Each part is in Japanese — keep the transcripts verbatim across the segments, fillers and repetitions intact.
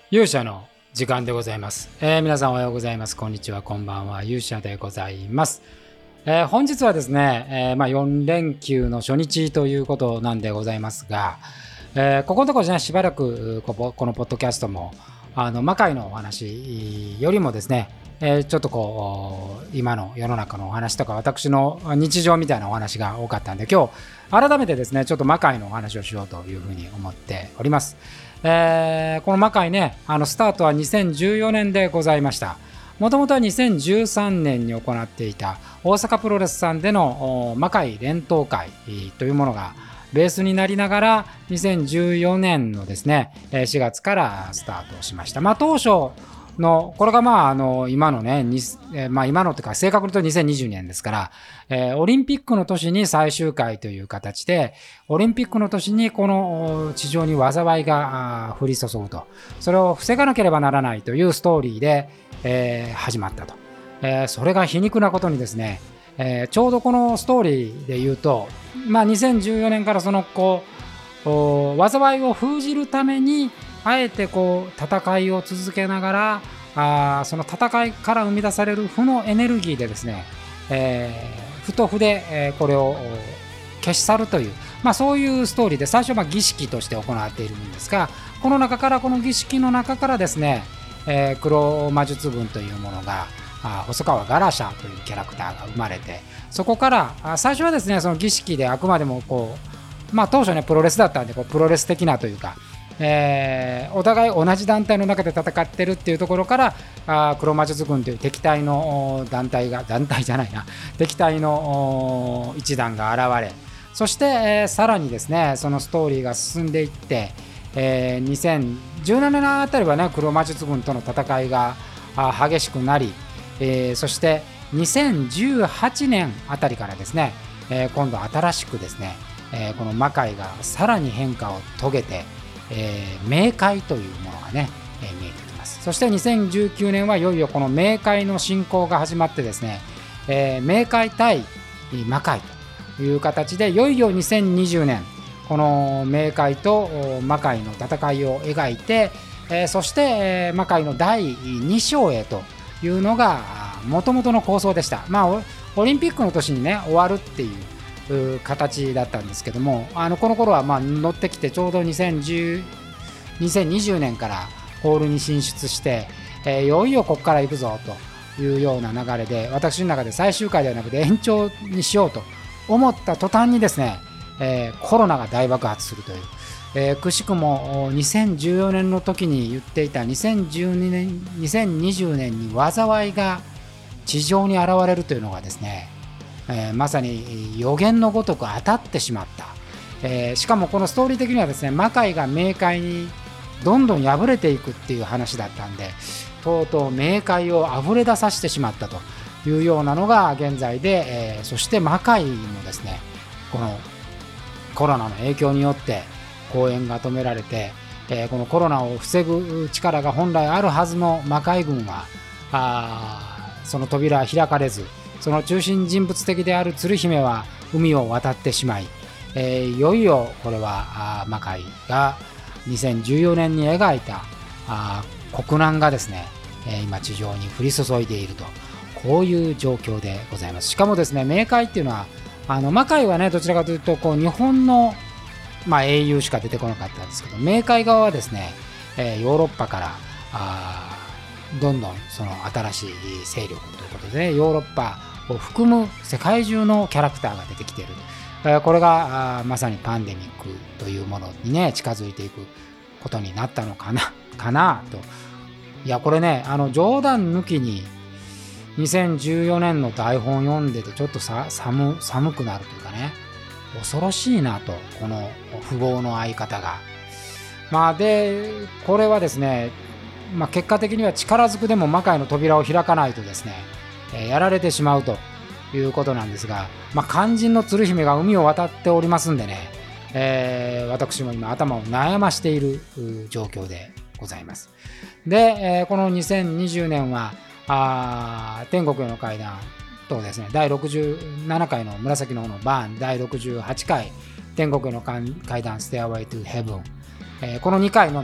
勇者の時間でございます、えー、皆さんおはようございます。こんにちは、こんばんは。勇者でございます。えー、本日はですね、えーまあ、よん連休の初日ということなんでございますが、えー、ここのところですね、しばらくこのポッドキャストもあの魔界のお話よりもですね、えー、ちょっとこう今の世の中のお話とか私の日常みたいなお話が多かったんで、今日改めてですねちょっと魔界のお話をしようというふうに思っております。えー、この魔界ね、あのスタートはにせんじゅうよねんでございました。もともとはにせんじゅうさんねんに行っていた大阪プロレスさんでの魔界連闘会というものがベースになりながら、にせんじゅうよねんのですねしがつからスタートしました。まあ当初のこれがまああの今のね、まあ今のというか正確に言うとにせんにじゅうねんですから、えー、オリンピックの年に最終回という形で、オリンピックの年にこの地上に災いが降り注ぐと、それを防がなければならないというストーリーで、えー、始まったと、えー、それが皮肉なことにですね、えー、ちょうどこのストーリーで言うと、まあにせんじゅうよねんからそのこう災いを封じるためにあえてこう戦いを続けながら、あその戦いから生み出される負のエネルギーでですね、えー、負と負で、えー、これを消し去るという、まあ、そういうストーリーで、最初はまあ儀式として行われているんですが、この中からこの儀式の中からですね、えー、黒魔術軍というものが、あ細川ガラシャというキャラクターが生まれて、そこからあ最初はですねその儀式であくまでもこう、まあ、当初ねプロレスだったんで、こうプロレス的なというか、えー、お互い同じ団体の中で戦ってるっていうところから、あ黒魔術軍という敵対の団体が団体じゃないな敵対の一団が現れ、そして、えー、さらにですねそのストーリーが進んでいって、えー、にせんじゅうななねんあたりはね黒魔術軍との戦いが激しくなり、えー、そしてにせんじゅうはちねんあたりからですね、えー、今度新しくですね、えー、この魔界がさらに変化を遂げて、えー、冥界というものがね、えー、見えてきます。そしてにせんじゅうきゅうねんはいよいよこの冥界の進行が始まってですね、えー、冥界対魔界という形で、いよいよにせんにじゅうねんこの冥界と魔界の戦いを描いて、えー、そして、えー、魔界のだいに章へというのが元々の構想でした。まあオリンピックの年にね終わるっていう形だったんですけども、あのこの頃はまあ乗ってきて、ちょうどにせんじゅう にせんにじゅうねんからホールに進出して、えー、いよいよここから行くぞというような流れで、私の中で最終回ではなくて延長にしようと思った途端にですね、えー、コロナが大爆発するという、えー、くしくもにせんじゅうよねんの時に言っていたにせんじゅうにねんにせんにじゅうねんに災いが地上に現れるというのがですね、えー、まさに予言のごとく当たってしまった、えー、しかもこのストーリー的にはですね、魔界が冥界にどんどん破れていくっていう話だったんで、とうとう冥界をあふれ出させてしまったというようなのが現在で、えー、そして魔界もですねこのコロナの影響によって公演が止められて、えー、このコロナを防ぐ力が本来あるはずの魔界軍はあその扉は開かれず、その中心人物的である鶴姫は海を渡ってしまい、えー、いよいよこれは魔界がにせんじゅうよねんに描いたあ国難がですね、えー、今地上に降り注いでいると、こういう状況でございます。しかもですね、冥界っていうのはあの魔界はねどちらかというとこう日本の、まあ、英雄しか出てこなかったんですけど、冥界側はですね、えー、ヨーロッパからあどんどんその新しい勢力ということで、ね、ヨーロッパを含む世界中のキャラクターが出てきている、えー、これがまさにパンデミックというものにね近づいていくことになったのかなかなと。いやこれね、あの冗談抜きににせんじゅうよねんの台本読んでてちょっとさ 寒, 寒くなるというかね、恐ろしいなと、この富豪の相方が。まあでこれはですね、まあ、結果的には力ずくでも魔界の扉を開かないとですね、えー、やられてしまうということなんですが、まあ、肝心の鶴姫が海を渡っておりますんでね、えー、私も今頭を悩ましている状況でございます。で、えー、このにせんにじゅうねんはあ天国への階段とですね、だいろくじゅうななかいの紫の方のバーン、だいろくじゅうはちかい天国への階段ステアウェイトゥヘブン、えー、このにかいのみ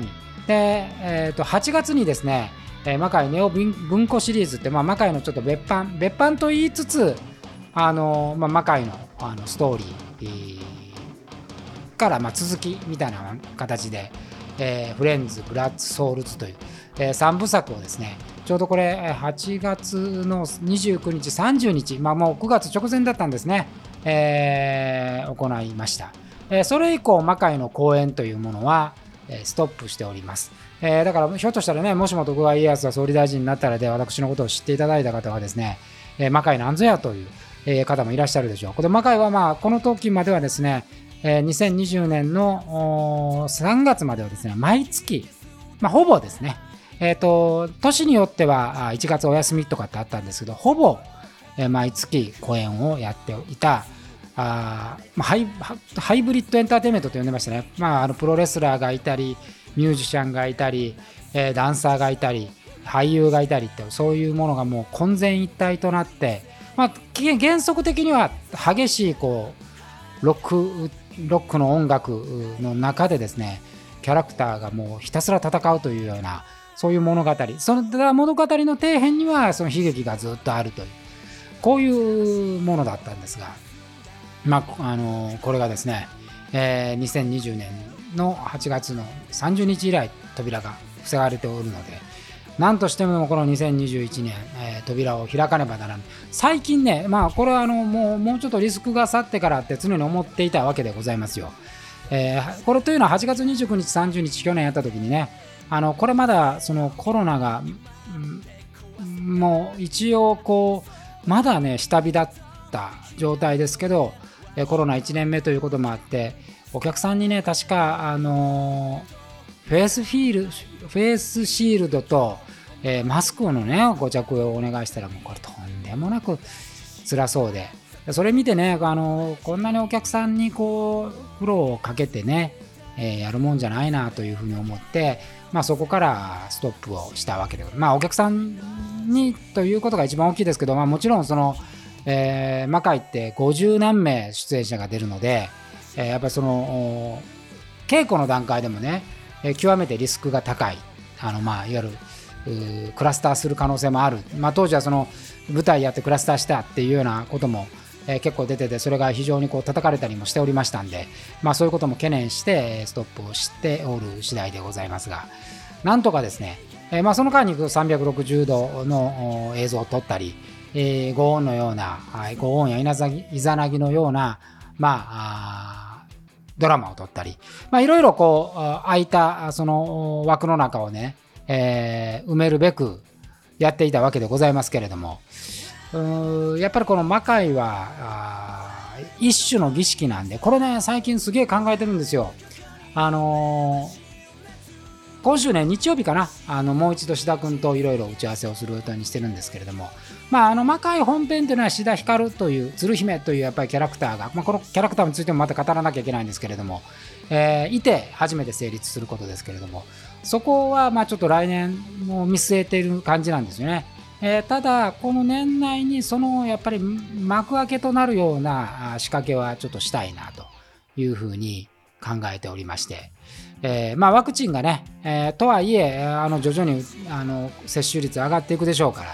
で、えー、とはちがつにですね、えー、魔界ネオ文庫シリーズって、まあ、魔界のちょっと別版別版と言いつつ、あのーまあ、魔界の、あのストーリーから、まあ、続きみたいな形で、えー、フレンズ、ブラッド、ソウルズという、えー、さんぶさくをですね、ちょうどこれはちがつのにじゅうくにち、さんじゅうにち、まあ、もうくがつ直前だったんですね、えー、行いました。えー、それ以降、魔界の公演というものは、えー、ストップしております。えー、だからひょっとしたらね、もしも徳川家康が総理大臣になったらで、私のことを知っていただいた方はですね、えー、魔界なんぞやという、えー、方もいらっしゃるでしょう。これ魔界はまあこの時まではですね、えー、にせんにじゅうねんのさんがつまではですね、毎月、まあ、ほぼですね、えーと、年によってはいちがつお休みとかってあったんですけど、ほぼ、えー、毎月公演をやっていた、あまあ、ハイ、ハイブリッドエンターテインメントと呼んでましたね。まあ、あのプロレスラーがいたり、ミュージシャンがいたり、えー、ダンサーがいたり、俳優がいたりって、そういうものがもう混然一体となって、まあ、原則的には激しいこうロックロックの音楽の中でですね、キャラクターがもうひたすら戦うというような、そういう物語、その物語の底辺にはその悲劇がずっとあるという、こういうものだったんですが、まああのこれがですね、えー、にせんにじゅうねんのはちがつのさんじゅうにち以来扉が塞がれておるので、何としてもこのにせんにじゅういちねん、えー、扉を開かねばならない。最近ね、まあこれはあのもう、もうちょっとリスクが去ってからって常に思っていたわけでございますよ。えー、これというのははちがつにじゅうくにち、さんじゅうにち、去年やった時にね、あのこれまだそのコロナが、うん、もう一応こうまだね下火だった状態ですけど、えー、コロナいちねんめということもあって、お客さんにね確かあのーフェイスフィールフェイスシールドと、えー、マスクのねご着用をお願いしたら、もうこれとんでもなく辛そうで、それ見てね、あのこんなにお客さんにこう苦労をかけてね、えー、やるもんじゃないなというふうに思って、まあ、そこからストップをしたわけで、まあお客さんにということが一番大きいですけど、まあ、もちろんその、えー、魔界ってごじゅうなんめい出演者が出るので、えー、やっぱりその稽古の段階でもね、極めてリスクが高い、あのまあいわゆるクラスターする可能性もある、まあ、当時はその舞台やってクラスターしたっていうようなことも、えー、結構出てて、それが非常にこう叩かれたりもしておりましたんで、まあ、そういうことも懸念してストップをしておる次第でございますが、なんとかですね、えーまあ、その間にさんびゃくろくじゅうどの映像を撮ったり、えー、ご音のような、ご音やイザナギのような、まあドラマを撮ったり、まあ、いろいろこう空いたその枠の中をね、えー、埋めるべくやっていたわけでございますけれども、うーやっぱりこの魔界は一種の儀式なんで、これね最近すげえ考えてるんですよ。あのー今週ね日曜日かな、あのもう一度志田君といろいろ打ち合わせをすることにしてるんですけれども、まああの魔界本編というのは志田ひかるという鶴姫というやっぱりキャラクターが、まあ、このキャラクターについてもまた語らなきゃいけないんですけれども、えー、いて初めて成立することですけれども、そこはまあちょっと来年も見据えている感じなんですよね。えー、ただこの年内にそのやっぱり幕開けとなるような仕掛けはちょっとしたいなというふうに考えておりまして、えーまあ、ワクチンがね、えー、とはいえあの徐々にあの接種率上がっていくでしょうから、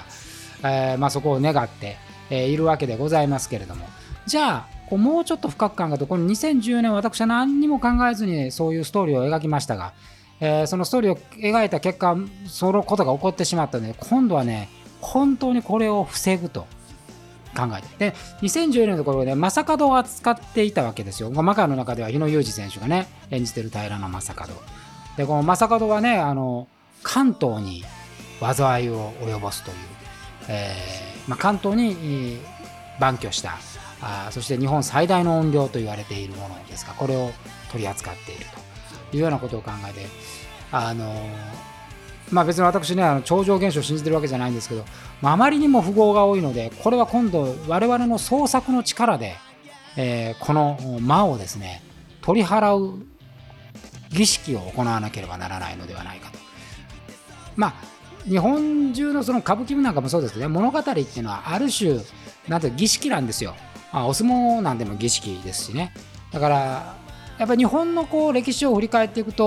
えーまあ、そこを願って、えー、いるわけでございますけれども、じゃあこうもうちょっと深く考えると、このにせんじゅうねん私は何にも考えずにそういうストーリーを描きましたが、えー、そのストーリーを描いた結果そのことが起こってしまったので、今度はね本当にこれを防ぐと考えて、でにせんじゅうねんのところで正門を扱っていたわけですよ。魔界の中では日野裕二選手がね演じてる平野正門で、この正門はねあの関東に災いを及ぼすという、えーまあ、関東に番居した、あそして日本最大の怨霊と言われているものですが、これを取り扱っているというようなことを考えて、あのまあ別に私ねあの超常現象を信じてるわけじゃないんですけど、まあ、あまりにも富豪が多いので、これは今度我々の創作の力で、えー、この魔をですね取り払う儀式を行わなければならないのではないかと。まあ日本中のその歌舞伎なんかもそうですけどね、物語っていうのはある種なんて儀式なんですよ。まあ、お相撲なんでも儀式ですしね。だからやっぱり日本のこう歴史を振り返っていくと、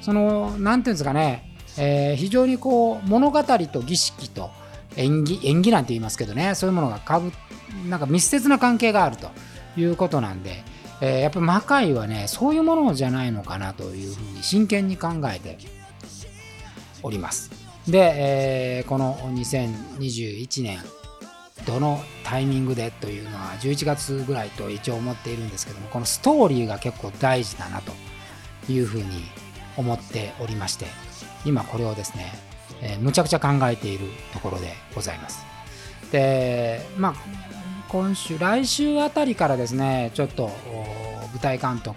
そのなんていうんですかね、えー、非常にこう物語と儀式と演技演技なんて言いますけどね、そういうものがかぶなんか密接な関係があるということなんで、えー、やっぱり魔界はねそういうものじゃないのかなというふうに真剣に考えております。で、えー、このにせんにじゅういちねんどのタイミングでというのはじゅういちがつぐらいと一応思っているんですけども、このストーリーが結構大事だなというふうに思っておりまして、今これをですね、えー、むちゃくちゃ考えているところでございます。で、まあ今週来週あたりからですね、ちょっと舞台監督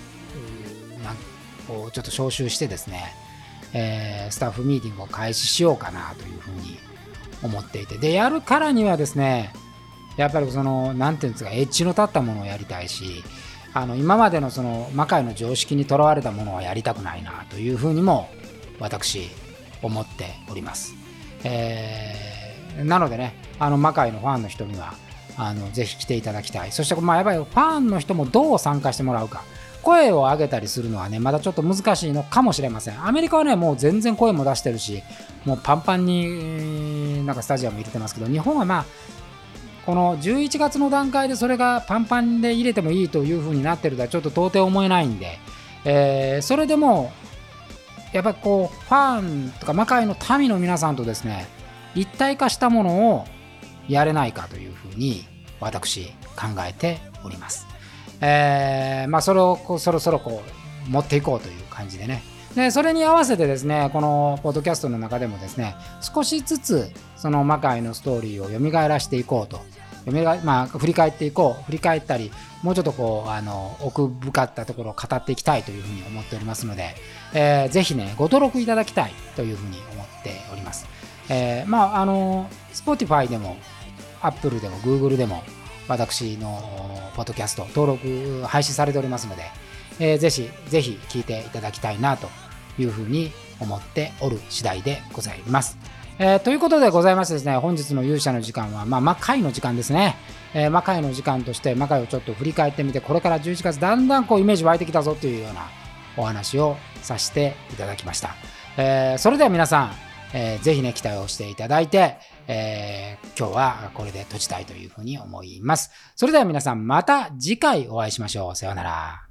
をちょっと招集してですね、えー、スタッフミーティングを開始しようかなというふうに思っていて、でやるからにはですね、やっぱりそのなんていうんですか、エッジの立ったものをやりたいし、あの今までのその魔界の常識にとらわれたものはやりたくないなというふうにも私思っております。えー、なのでね、あの魔界のファンの人にはあのぜひ来ていただきたい。そしてまあやっぱりファンの人もどう参加してもらうか、声を上げたりするのはねまだちょっと難しいのかもしれません。アメリカはねもう全然声も出してるし、もうパンパンになんかスタジアム入れてますけど、日本はまあこのじゅういちがつの段階でそれがパンパンで入れてもいいという風になってるとはちょっと到底思えないんで、えー、それでもやっぱりこうファンとか魔界の民の皆さんとですね一体化したものをやれないかという風に私考えております。えー、まあそれをこうそろそろこう持っていこうという感じでね。でそれに合わせてですね、このポッドキャストの中でもですね、少しずつその魔界のストーリーを蘇らしていこうと、蘇まあ振り返っていこう振り返ったり、もうちょっとこうあの奥深かったところを語っていきたいというふうに思っておりますので、えー、ぜひねご登録いただきたいというふうに思っております。えー、まああの Spotify でも Apple でも Google でも私のポッドキャスト登録配信されておりますので、えー、ぜひぜひ聞いていただきたいなというふうに思っておる次第でございます。えー、ということでございましてですね、本日の勇者の時間は、まあ、魔界の時間ですね。えー、魔界の時間として魔界をちょっと振り返ってみて、これからじゅういちがつだんだんこうイメージ湧いてきたぞというようなお話をさせていただきました。えー、それでは皆さん、えー、ぜひね期待をしていただいて、えー、今日はこれで閉じたいというふうに思います。それでは皆さんまた次回お会いしましょう。さようなら。